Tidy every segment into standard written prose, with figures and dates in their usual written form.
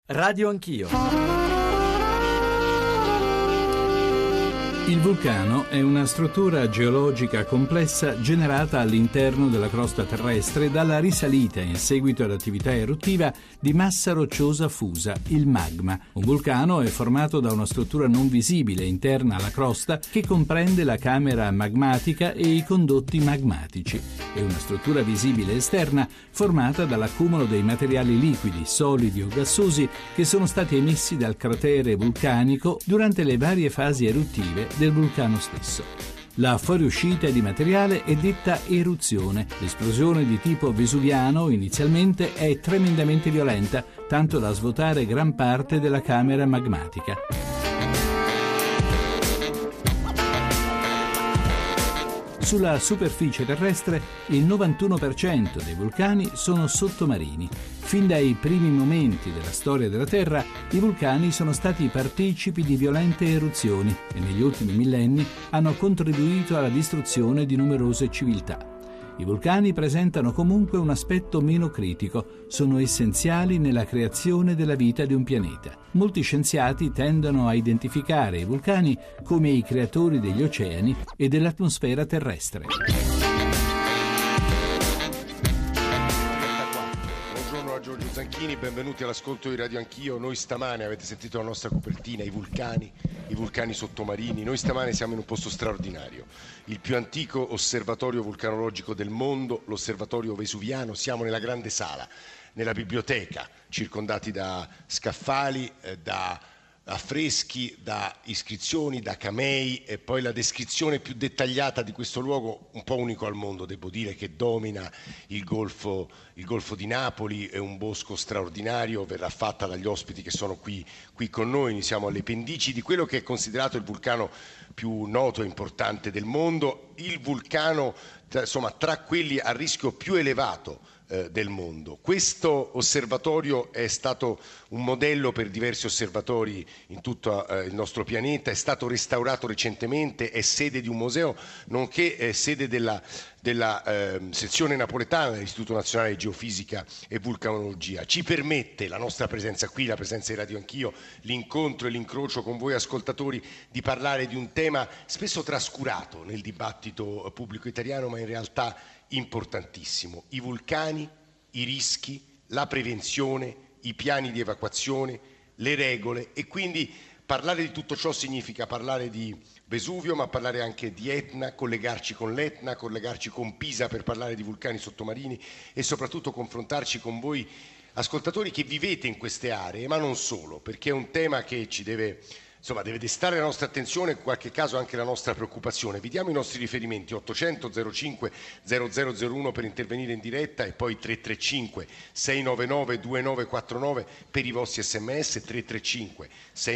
Radio Anch'io. Il vulcano è una struttura geologica complessa generata all'interno della crosta terrestre dalla risalita in seguito ad attività eruttiva di massa rocciosa fusa, il magma. Un vulcano è formato da una struttura non visibile interna alla crosta che comprende la camera magmatica e i condotti magmatici, e una struttura visibile esterna formata dall'accumulo dei materiali liquidi, solidi o gassosi che sono stati emessi dal cratere vulcanico durante le varie fasi eruttive del vulcano stesso. La fuoriuscita di materiale è detta eruzione. L'esplosione di tipo vesuviano inizialmente è tremendamente violenta, tanto da svuotare gran parte della camera magmatica. Sulla superficie terrestre il 91% dei vulcani sono sottomarini. Fin dai primi momenti della storia della Terra, i vulcani sono stati partecipi di violente eruzioni e negli ultimi millenni hanno contribuito alla distruzione di numerose civiltà. I vulcani presentano comunque un aspetto meno critico, sono essenziali nella creazione della vita di un pianeta. Molti scienziati tendono a identificare i vulcani come i creatori degli oceani e dell'atmosfera terrestre. Buongiorno a Giorgio Zanchini, benvenuti all'ascolto di Radio Anch'io. Noi stamane, avete sentito la nostra copertina, i vulcani sottomarini. Noi stamane siamo in un posto straordinario, il più antico osservatorio vulcanologico del mondo, l'osservatorio vesuviano. Siamo nella grande sala, nella biblioteca, circondati da scaffali, da affreschi, da iscrizioni, da camei, e poi la descrizione più dettagliata di questo luogo, un po' unico al mondo, devo dire, che domina il golfo di Napoli. È un bosco straordinario, verrà fatta dagli ospiti che sono qui con noi. Noi siamo alle pendici di quello che è considerato il vulcano più noto e importante del mondo, il vulcano tra quelli a rischio più elevato del mondo. Questo osservatorio è stato un modello per diversi osservatori in tutto il nostro pianeta, è stato restaurato recentemente, è sede di un museo, nonché sede della sezione napoletana dell'Istituto Nazionale di Geofisica e Vulcanologia. Ci permette la nostra presenza qui, la presenza di Radio Anch'io, l'incontro e l'incrocio con voi ascoltatori, di parlare di un tema spesso trascurato nel dibattito pubblico italiano, ma in realtà importantissimo: i vulcani, i rischi, la prevenzione, i piani di evacuazione, le regole. E quindi parlare di tutto ciò significa parlare di Vesuvio, ma parlare anche di Etna, collegarci con l'Etna, collegarci con Pisa per parlare di vulcani sottomarini e soprattutto confrontarci con voi ascoltatori che vivete in queste aree, ma non solo, perché è un tema che ci deve destare la nostra attenzione e in qualche caso anche la nostra preoccupazione. Vi diamo i nostri riferimenti: 800 05 0001 per intervenire in diretta, e poi 335 699 2949 per i vostri sms, 335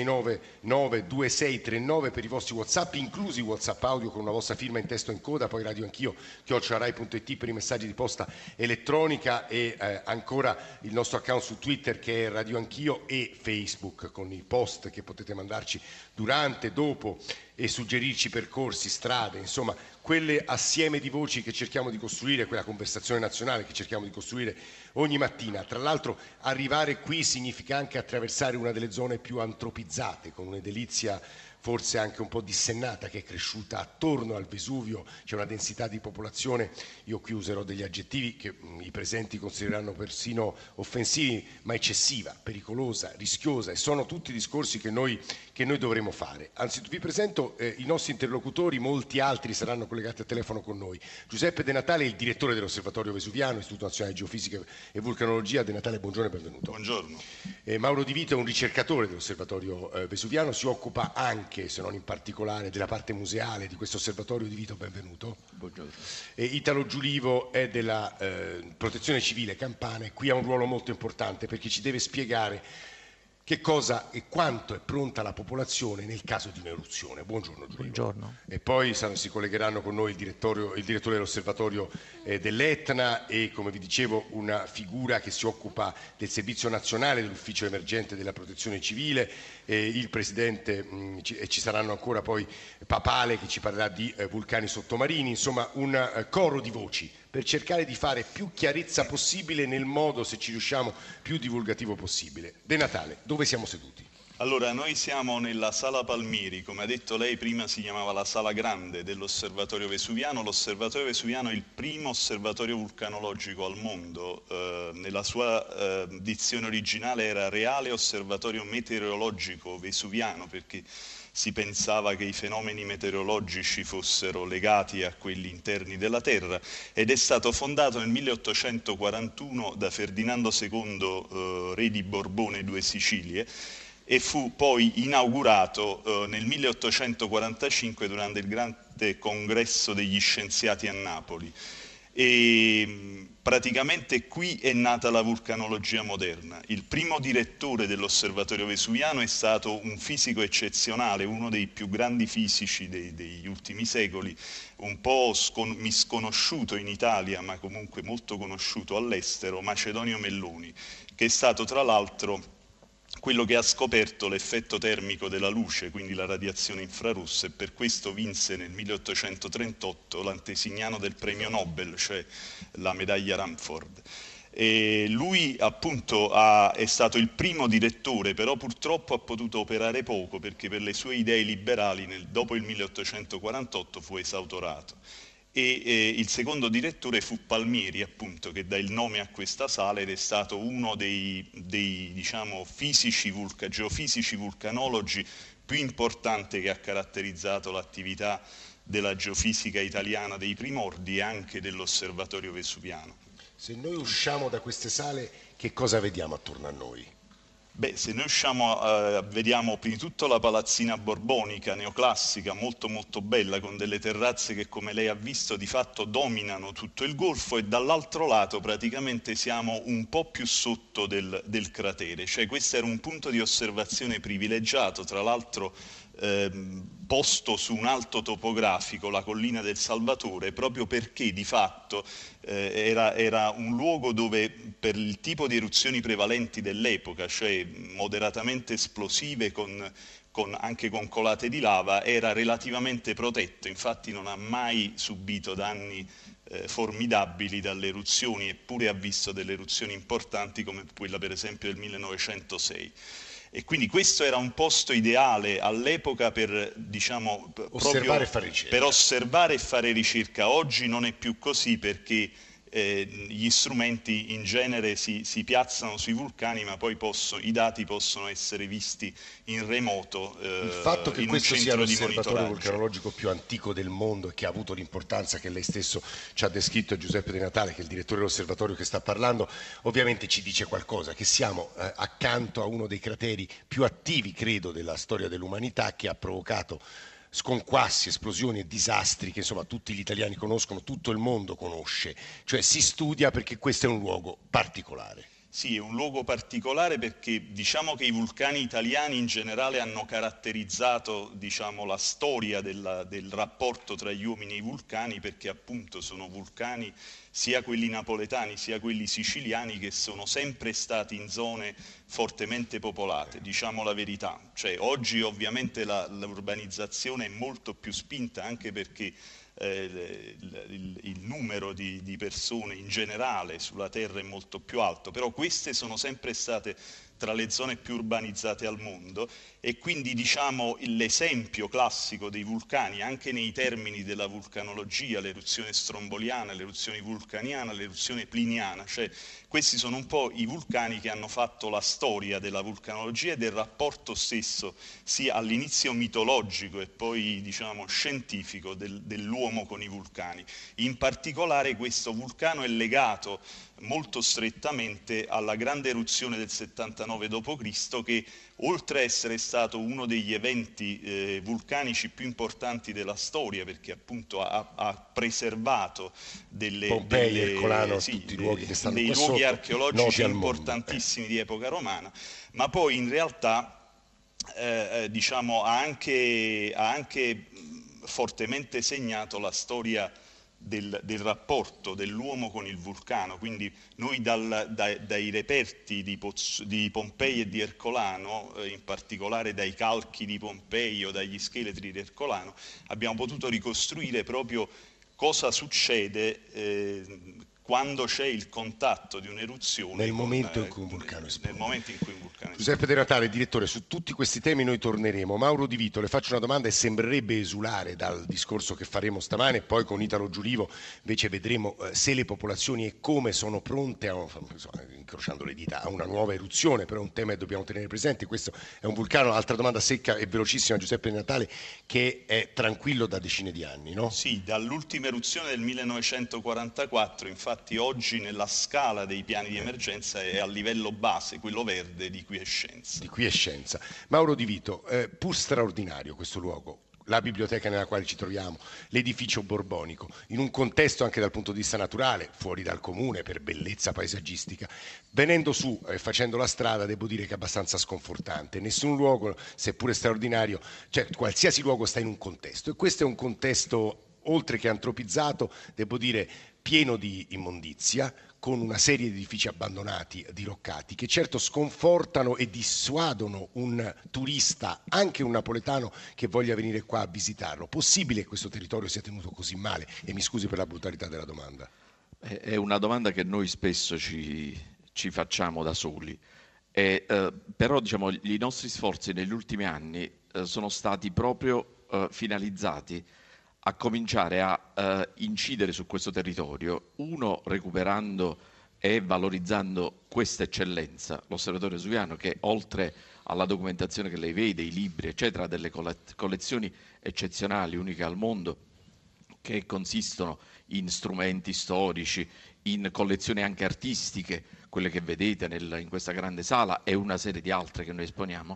699 2639 per i vostri WhatsApp, inclusi WhatsApp audio con una vostra firma in testo in coda, poi Radio Anch'io @rai.it per i messaggi di posta elettronica, e ancora il nostro account su Twitter che è Radio Anch'io, e Facebook con i post che potete mandarci durante, dopo, e suggerirci percorsi, strade, insomma quelle assieme di voci che cerchiamo di costruire, quella conversazione nazionale che cerchiamo di costruire ogni mattina. Tra l'altro arrivare qui significa anche attraversare una delle zone più antropizzate, con un'edilizia forse anche un po' dissennata, che è cresciuta attorno al Vesuvio. C'è una densità di popolazione, io qui userò degli aggettivi che i presenti considereranno persino offensivi, ma eccessiva, pericolosa, rischiosa, e sono tutti discorsi che noi dovremo fare. Anzitutto vi presento i nostri interlocutori, molti altri saranno collegati a telefono con noi. Giuseppe De Natale, il direttore dell'Osservatorio Vesuviano, Istituto Nazionale di Geofisica e Vulcanologia. De Natale, buongiorno e benvenuto. Buongiorno. Mauro Di Vito è un ricercatore dell'Osservatorio Vesuviano, si occupa anche, se non in particolare, della parte museale di questo osservatorio. Di Vito, benvenuto. Buongiorno. Italo Giulivo è della Protezione Civile Campana, e qui ha un ruolo molto importante perché ci deve spiegare che cosa e quanto è pronta la popolazione nel caso di un'eruzione. Buongiorno Giulivo. Buongiorno. E poi si collegheranno con noi il direttore dell'osservatorio dell'Etna, e, come vi dicevo, una figura che si occupa del servizio nazionale dell'ufficio emergente della protezione civile, il presidente, e ci saranno ancora poi Papale che ci parlerà di vulcani sottomarini. Insomma un coro di voci per cercare di fare più chiarezza possibile nel modo, se ci riusciamo, più divulgativo possibile. De Natale, dove siamo seduti? Allora, noi siamo nella Sala Palmieri, come ha detto lei, prima si chiamava la Sala Grande dell'Osservatorio Vesuviano. L'Osservatorio Vesuviano è il primo osservatorio vulcanologico al mondo. Nella sua dizione originale era Reale Osservatorio Meteorologico Vesuviano, perché si pensava che i fenomeni meteorologici fossero legati a quelli interni della Terra, ed è stato fondato nel 1841 da Ferdinando II, re di Borbone e Due Sicilie, e fu poi inaugurato nel 1845 durante il grande congresso degli scienziati a Napoli. E praticamente qui è nata la vulcanologia moderna. Il primo direttore dell'Osservatorio Vesuviano è stato un fisico eccezionale, uno dei più grandi fisici degli ultimi secoli, un po' misconosciuto in Italia, ma comunque molto conosciuto all'estero, Macedonio Melloni, che è stato tra l'altro quello che ha scoperto l'effetto termico della luce, quindi la radiazione infrarossa, e per questo vinse nel 1838 l'antesignano del premio Nobel, cioè la medaglia Rumford. E lui appunto è stato il primo direttore, però purtroppo ha potuto operare poco perché per le sue idee liberali dopo il 1848 fu esautorato. E il secondo direttore fu Palmieri, appunto, che dà il nome a questa sala, ed è stato uno dei diciamo, geofisici vulcanologi più importanti che ha caratterizzato l'attività della geofisica italiana dei primordi e anche dell'Osservatorio Vesuviano. Se noi usciamo da queste sale, che cosa vediamo attorno a noi? Beh, se noi usciamo, vediamo prima di tutto la palazzina borbonica, neoclassica, molto molto bella, con delle terrazze che, come lei ha visto, di fatto dominano tutto il golfo, e dall'altro lato praticamente siamo un po' più sotto del cratere, cioè questo era un punto di osservazione privilegiato, tra l'altro posto su un alto topografico, la collina del Salvatore, proprio perché di fatto era un luogo dove, per il tipo di eruzioni prevalenti dell'epoca, cioè moderatamente esplosive anche con colate di lava, era relativamente protetto, infatti non ha mai subito danni formidabili dalle eruzioni, eppure ha visto delle eruzioni importanti come quella per esempio del 1906. E quindi questo era un posto ideale all'epoca per, diciamo, osservare e fare ricerca. Per osservare e fare ricerca. Oggi non è più così, perché gli strumenti in genere si piazzano sui vulcani, ma poi i dati possono essere visti in remoto. Il fatto che questo sia l'osservatorio vulcanologico più antico del mondo e che ha avuto l'importanza che lei stesso ci ha descritto, Giuseppe De Natale, che è il direttore dell'osservatorio che sta parlando, ovviamente ci dice qualcosa, che siamo accanto a uno dei crateri più attivi, credo, della storia dell'umanità, che ha provocato sconquassi, esplosioni e disastri che insomma tutti gli italiani conoscono, tutto il mondo conosce, cioè si studia perché questo è un luogo particolare. Sì, è un luogo particolare perché diciamo che i vulcani italiani in generale hanno caratterizzato, diciamo, la storia del rapporto tra gli uomini e i vulcani, perché appunto sono vulcani, sia quelli napoletani sia quelli siciliani, che sono sempre stati in zone fortemente popolate, diciamo la verità. Cioè, oggi ovviamente l'urbanizzazione è molto più spinta, anche perché il numero di persone in generale sulla Terra è molto più alto, però queste sono sempre state tra le zone più urbanizzate al mondo, e quindi diciamo l'esempio classico dei vulcani, anche nei termini della vulcanologia, l'eruzione stromboliana, l'eruzione vulcaniana, l'eruzione pliniana, cioè questi sono un po' i vulcani che hanno fatto la storia della vulcanologia e del rapporto stesso, sia all'inizio mitologico e poi diciamo scientifico, dell'uomo con i vulcani. In particolare questo vulcano è legato molto strettamente alla grande eruzione del 79 d.C., che oltre a essere stato uno degli eventi vulcanici più importanti della storia, perché appunto ha preservato Pompei, Ercolano, tutti i luoghi che stanno dei qua luoghi sotto, archeologici importantissimi di epoca romana, ma poi in realtà diciamo, ha anche fortemente segnato la storia del rapporto dell'uomo con il vulcano. Quindi noi dai reperti di Pompei e di Ercolano, in particolare dai calchi di Pompei o dagli scheletri di Ercolano, abbiamo potuto ricostruire proprio cosa succede quando c'è il contatto di un'eruzione nel momento in cui un vulcano esplode. Nel momento in cui un vulcano esplode. Giuseppe De Natale, direttore, su tutti questi temi noi torneremo. Mauro Di Vito, le faccio una domanda e sembrerebbe esulare dal discorso che faremo stamane, e poi con Italo Giulivo invece vedremo se le popolazioni e come sono pronte, incrociando le dita, a una nuova eruzione, però è un tema che dobbiamo tenere presente. Questo è un vulcano, altra domanda secca e velocissima, Giuseppe De Natale, che è tranquillo da decine di anni, no? Sì, dall'ultima eruzione del 1944, infatti oggi nella scala dei piani di emergenza è a livello base, quello verde, di cui è scienza. Di qui è scienza. Mauro Di Vito, pur straordinario questo luogo, la biblioteca nella quale ci troviamo, l'edificio borbonico, in un contesto anche dal punto di vista naturale, fuori dal comune per bellezza paesaggistica, venendo su e facendo la strada, devo dire che è abbastanza sconfortante. Nessun luogo, seppure straordinario, cioè qualsiasi luogo sta in un contesto, e questo è un contesto, oltre che antropizzato, devo dire pieno di immondizia, con una serie di edifici abbandonati, diroccati, che certo sconfortano e dissuadono un turista, anche un napoletano, che voglia venire qua a visitarlo. Possibile che questo territorio sia tenuto così male? E mi scusi per la brutalità della domanda. È una domanda che noi spesso ci facciamo da soli, però diciamo, i nostri sforzi negli ultimi anni sono stati proprio finalizzati a cominciare a incidere su questo territorio, uno recuperando e valorizzando questa eccellenza, l'Osservatorio Vesuviano, che oltre alla documentazione che lei vede, i libri eccetera, ha delle collezioni eccezionali, uniche al mondo, che consistono in strumenti storici, in collezioni anche artistiche, quelle che vedete in questa grande sala e una serie di altre che noi esponiamo,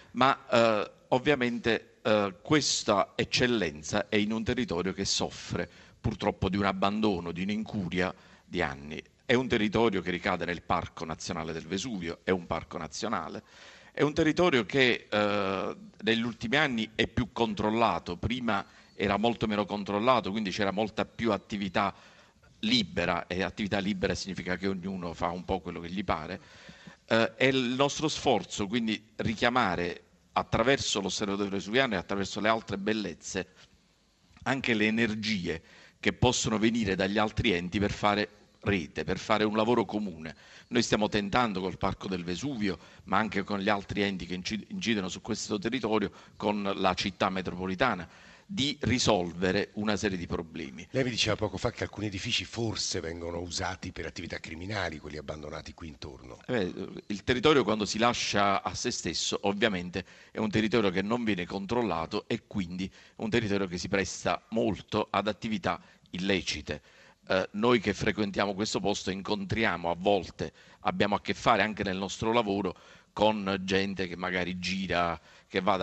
ma ovviamente questa eccellenza è in un territorio che soffre purtroppo di un abbandono, di un'incuria di anni. È un territorio che ricade nel Parco Nazionale del Vesuvio, è un parco nazionale, è un territorio che negli ultimi anni è più controllato, prima era molto meno controllato, quindi c'era molta più attività libera, e attività libera significa che ognuno fa un po' quello che gli pare. È il nostro sforzo quindi richiamare attraverso l'Osservatorio Vesuviano e attraverso le altre bellezze anche le energie che possono venire dagli altri enti per fare rete, per fare un lavoro comune. Noi stiamo tentando col Parco del Vesuvio, ma anche con gli altri enti che incidono su questo territorio, con la città metropolitana, di risolvere una serie di problemi. Lei mi diceva poco fa che alcuni edifici forse vengono usati per attività criminali, quelli abbandonati qui intorno. Il territorio, quando si lascia a se stesso, ovviamente è un territorio che non viene controllato e quindi è un territorio che si presta molto ad attività illecite. Noi che frequentiamo questo posto incontriamo a volte, abbiamo a che fare anche nel nostro lavoro con gente che magari gira, che va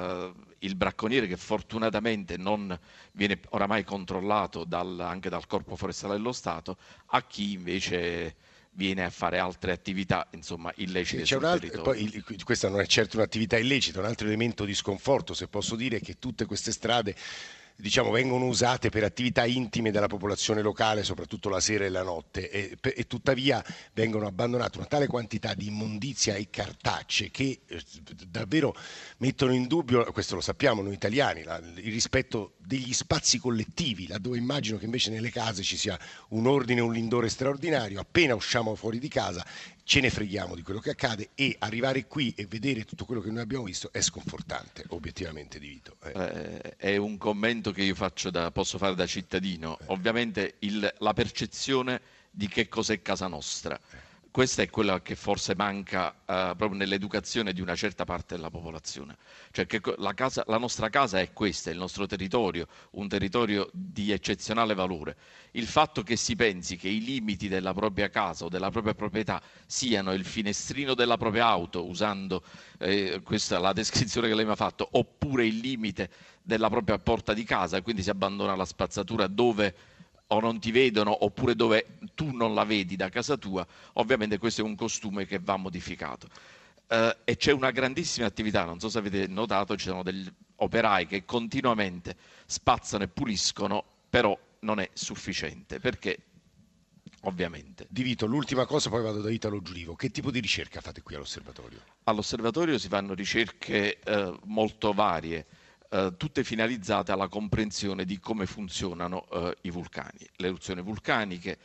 il bracconiere, che fortunatamente non viene oramai controllato anche dal Corpo Forestale dello Stato, a chi invece viene a fare altre attività, insomma, illecite sul territorio. Poi questa non è certo un'attività illecita, un altro elemento di sconforto, se posso dire, è che tutte queste strade, diciamo, vengono usate per attività intime della popolazione locale, soprattutto la sera e la notte, e tuttavia vengono abbandonate una tale quantità di immondizia e cartacce che davvero mettono in dubbio, questo lo sappiamo noi italiani, il rispetto degli spazi collettivi, laddove immagino che invece nelle case ci sia un ordine e un lindore straordinario. Appena usciamo fuori di casa ce ne freghiamo di quello che accade, e arrivare qui e vedere tutto quello che noi abbiamo visto è sconfortante, obiettivamente, Di Vito. È un commento che io posso fare da cittadino. Ovviamente la percezione di che cos'è casa nostra. Questa è quella che forse manca proprio nell'educazione di una certa parte della popolazione. Cioè che la nostra casa è questa, è il nostro territorio, un territorio di eccezionale valore. Il fatto che si pensi che i limiti della propria casa o della propria proprietà siano il finestrino della propria auto, usando questa la descrizione che lei mi ha fatto, oppure il limite della propria porta di casa, quindi si abbandona la spazzatura dove o non ti vedono oppure dove tu non la vedi da casa tua, ovviamente questo è un costume che va modificato. E c'è una grandissima attività, non so se avete notato, ci sono degli operai che continuamente spazzano e puliscono, però non è sufficiente, perché ovviamente. Di Vito, l'ultima cosa, poi vado da Italo Giulivo. Che tipo di ricerca fate qui all'osservatorio? All'osservatorio si fanno ricerche molto varie. tutte finalizzate alla comprensione di come funzionano i vulcani, le eruzioni vulcaniche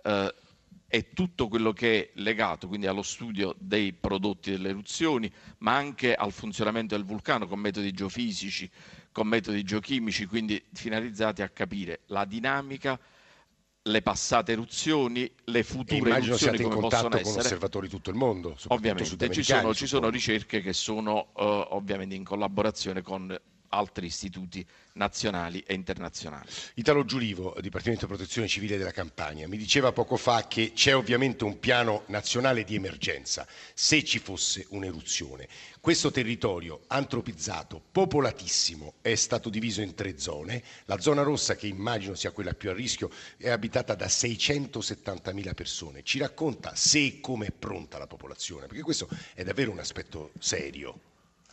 e tutto quello che è legato quindi allo studio dei prodotti delle eruzioni, ma anche al funzionamento del vulcano con metodi geofisici, con metodi geochimici, quindi finalizzati a capire la dinamica, le passate eruzioni, le future eruzioni come possono essere. Con osservatori di tutto il mondo, ovviamente ci sono ricerche che sono ovviamente in collaborazione con altri istituti nazionali e internazionali. Italo Giulivo, Dipartimento di Protezione Civile della Campania, mi diceva poco fa che c'è ovviamente un piano nazionale di emergenza se ci fosse un'eruzione. Questo territorio antropizzato, popolatissimo, è stato diviso in 3 zone. La zona rossa, che immagino sia quella più a rischio, è abitata da 670.000 persone. Ci racconta se e come è pronta la popolazione, perché questo è davvero un aspetto serio.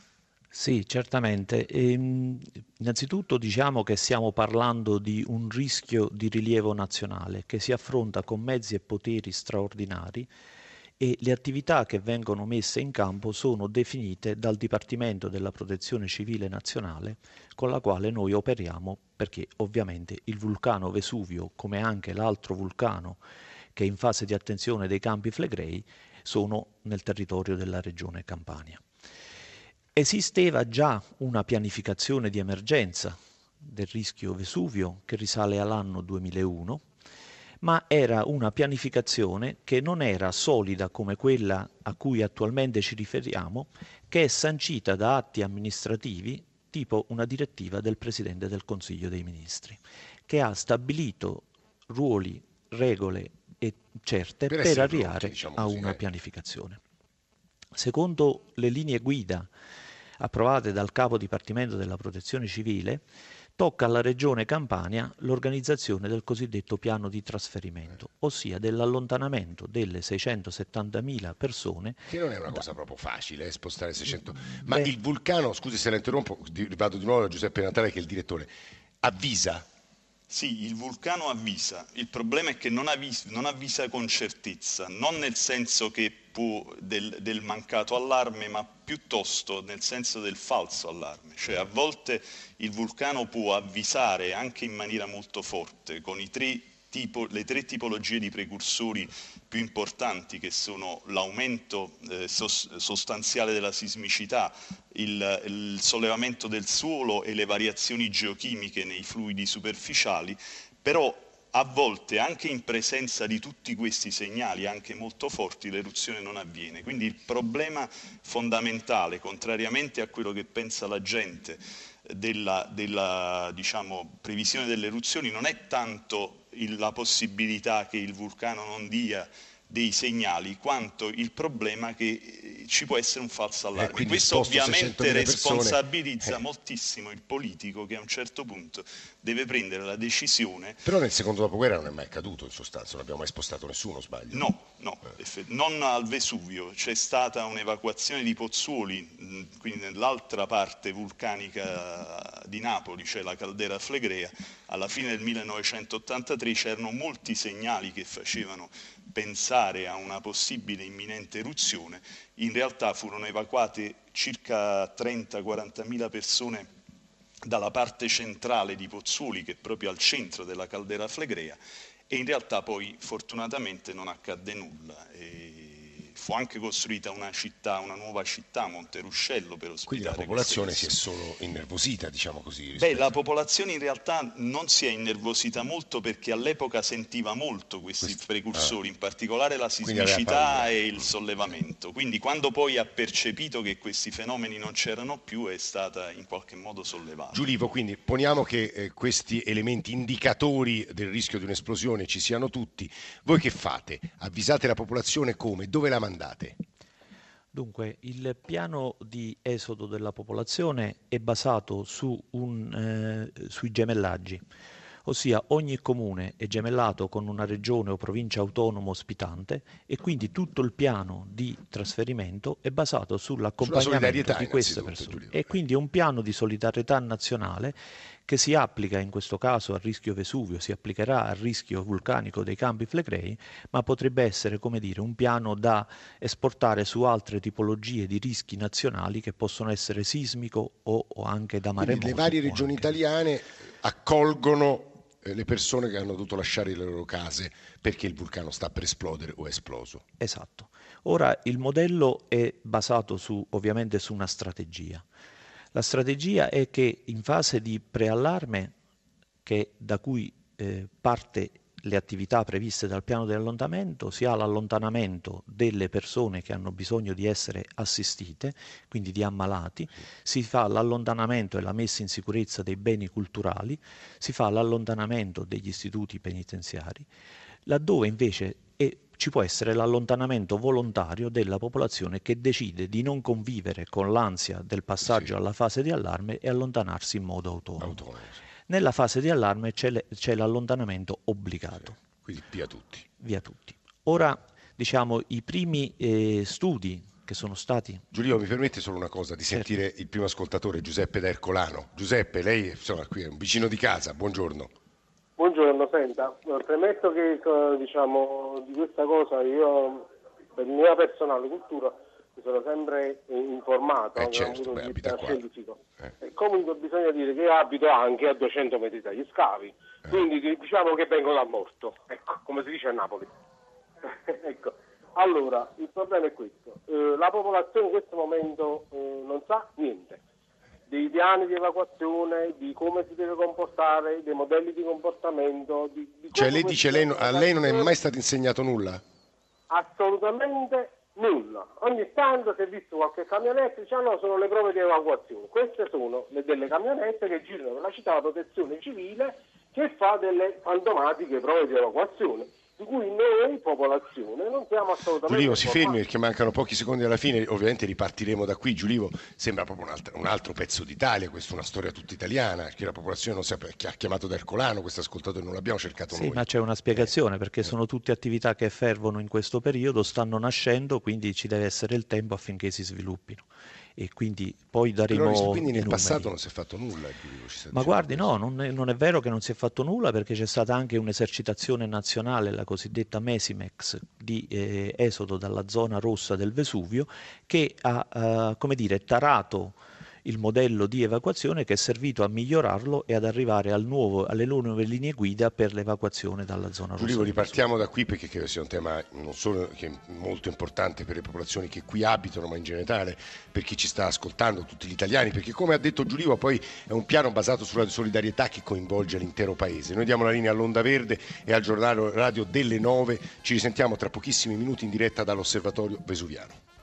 Sì, certamente. Innanzitutto diciamo che stiamo parlando di un rischio di rilievo nazionale che si affronta con mezzi e poteri straordinari e le attività che vengono messe in campo sono definite dal Dipartimento della Protezione Civile Nazionale, con la quale noi operiamo, perché ovviamente il vulcano Vesuvio, come anche l'altro vulcano che è in fase di attenzione dei Campi Flegrei, sono nel territorio della regione Campania. Esisteva già una pianificazione di emergenza del rischio Vesuvio che risale all'anno 2001, ma era una pianificazione che non era solida come quella a cui attualmente ci riferiamo, che è sancita da atti amministrativi tipo una direttiva del Presidente del Consiglio dei Ministri, che ha stabilito ruoli, regole e certe per arrivare a una pianificazione. Secondo le linee guida approvate dal Capo Dipartimento della Protezione Civile, tocca alla Regione Campania l'organizzazione del cosiddetto piano di trasferimento, ossia dell'allontanamento delle 670.000 persone. Che non è una cosa proprio facile, spostare 600. Ma il vulcano, scusi se la interrompo, vado di nuovo a Giuseppe Natale che è il direttore, avvisa? Sì, il vulcano avvisa, il problema è che non avvisa con certezza, non nel senso che del mancato allarme, ma piuttosto nel senso del falso allarme, cioè a volte il vulcano può avvisare anche in maniera molto forte con le 3 tipologie di precursori più importanti che sono l'aumento sostanziale della sismicità, il sollevamento del suolo e le variazioni geochimiche nei fluidi superficiali, però a volte anche in presenza di tutti questi segnali, anche molto forti, l'eruzione non avviene. Quindi il problema fondamentale, contrariamente a quello che pensa la gente, della diciamo, previsione delle eruzioni non è tanto la possibilità che il vulcano non dia dei segnali, quanto il problema che ci può essere un falso allarme. Questo ovviamente responsabilizza moltissimo il politico che a un certo punto deve prendere la decisione. Però nel secondo dopoguerra non è mai accaduto in sostanza, non abbiamo mai spostato nessuno, sbaglio? No, non al Vesuvio, c'è stata un'evacuazione di Pozzuoli, quindi nell'altra parte vulcanica di Napoli, cioè la caldera Flegrea. Alla fine del 1983 c'erano molti segnali che facevano pensare a una possibile imminente eruzione. In realtà furono evacuate circa 30-40.000 persone dalla parte centrale di Pozzuoli, che è proprio al centro della caldera Flegrea, e in realtà poi fortunatamente non accadde nulla. Fu anche costruita una nuova città, Monteruscello, per ospitare. Quindi la popolazione si è solo innervosita, diciamo così? La popolazione in realtà non si è innervosita molto perché all'epoca sentiva molto questi precursori, in particolare la sismicità e il sollevamento. Quindi quando poi ha percepito che questi fenomeni non c'erano più è stata in qualche modo sollevata. Giulivo, quindi poniamo che questi elementi indicatori del rischio di un'esplosione ci siano tutti. Voi che fate? Avvisate la popolazione come? Dove la mandate? Dunque, il piano di esodo della popolazione è basato sui gemellaggi, ossia ogni comune è gemellato con una regione o provincia autonoma ospitante e quindi tutto il piano di trasferimento è basato sull'accompagnamento di queste persone. E quindi è un piano di solidarietà nazionale che si applica in questo caso al rischio Vesuvio, si applicherà al rischio vulcanico dei Campi Flegrei, ma potrebbe essere, come dire, un piano da esportare su altre tipologie di rischi nazionali che possono essere sismico o anche da maremoto. Quindi le varie regioni italiane accolgono le persone che hanno dovuto lasciare le loro case perché il vulcano sta per esplodere o è esploso. Esatto. Ora il modello è basato ovviamente su una strategia. La strategia è che in fase di preallarme, da cui parte le attività previste dal piano di allontanamento, si ha l'allontanamento delle persone che hanno bisogno di essere assistite, quindi di ammalati, si fa l'allontanamento e la messa in sicurezza dei beni culturali, si fa l'allontanamento degli istituti penitenziari, laddove invece ci può essere l'allontanamento volontario della popolazione che decide di non convivere con l'ansia del passaggio alla fase di allarme e allontanarsi in modo autonomo. Nella fase di allarme c'è l'allontanamento obbligato. Quindi via tutti. Via tutti. Ora, diciamo, i primi studi che sono stati... Giulio, mi permette solo una cosa, di sentire il primo ascoltatore, Giuseppe da Ercolano. Giuseppe, lei insomma, qui è un vicino di casa, buongiorno. Buongiorno, senta, premetto che diciamo di questa cosa io per mia personale cultura mi sono sempre informato, certo, abita qua. scientifico. E comunque bisogna dire che abito anche a 200 metri dagli scavi, quindi diciamo che vengo dal morto, ecco, come si dice a Napoli. Ecco. Allora, il problema è questo, la popolazione in questo momento non sa niente dei piani di evacuazione, di come si deve comportare, dei modelli di comportamento. Cioè lei dice a lei non è mai stato insegnato nulla? Assolutamente nulla. Ogni tanto si è visto qualche camionetta e dice no, sono le prove di evacuazione. Queste sono delle camionette che girano per la città, la protezione civile che fa delle fantomatiche prove di evacuazione, di cui noi, popolazione, non siamo assolutamente Giulio, si fermi perché mancano pochi secondi alla fine, ovviamente ripartiremo da qui. Giulio, sembra proprio un altro pezzo d'Italia, questa è una storia tutta italiana, che la popolazione non sa perché ha chiamato da Ercolano, questo ascoltatore non l'abbiamo cercato noi. Sì, ma c'è una spiegazione, perché sono tutte attività che fervono in questo periodo, stanno nascendo, quindi ci deve essere il tempo affinché si sviluppino. E quindi poi daremo quindi nel passato non si è fatto nulla. Ma guardi, no, non è vero che non si è fatto nulla, perché c'è stata anche un'esercitazione nazionale, la cosiddetta Mesimex, di esodo dalla zona rossa del Vesuvio, che ha come dire, tarato il modello di evacuazione che è servito a migliorarlo e ad arrivare alle nuove linee guida per l'evacuazione dalla zona rossa. Giulio, ripartiamo da qui perché credo sia un tema non solo che è molto importante per le popolazioni che qui abitano, ma in generale per chi ci sta ascoltando, tutti gli italiani, perché come ha detto Giulio poi è un piano basato sulla solidarietà che coinvolge l'intero paese. Noi diamo la linea all'Onda Verde e al giornale radio delle 9, ci risentiamo tra pochissimi minuti in diretta dall'Osservatorio Vesuviano.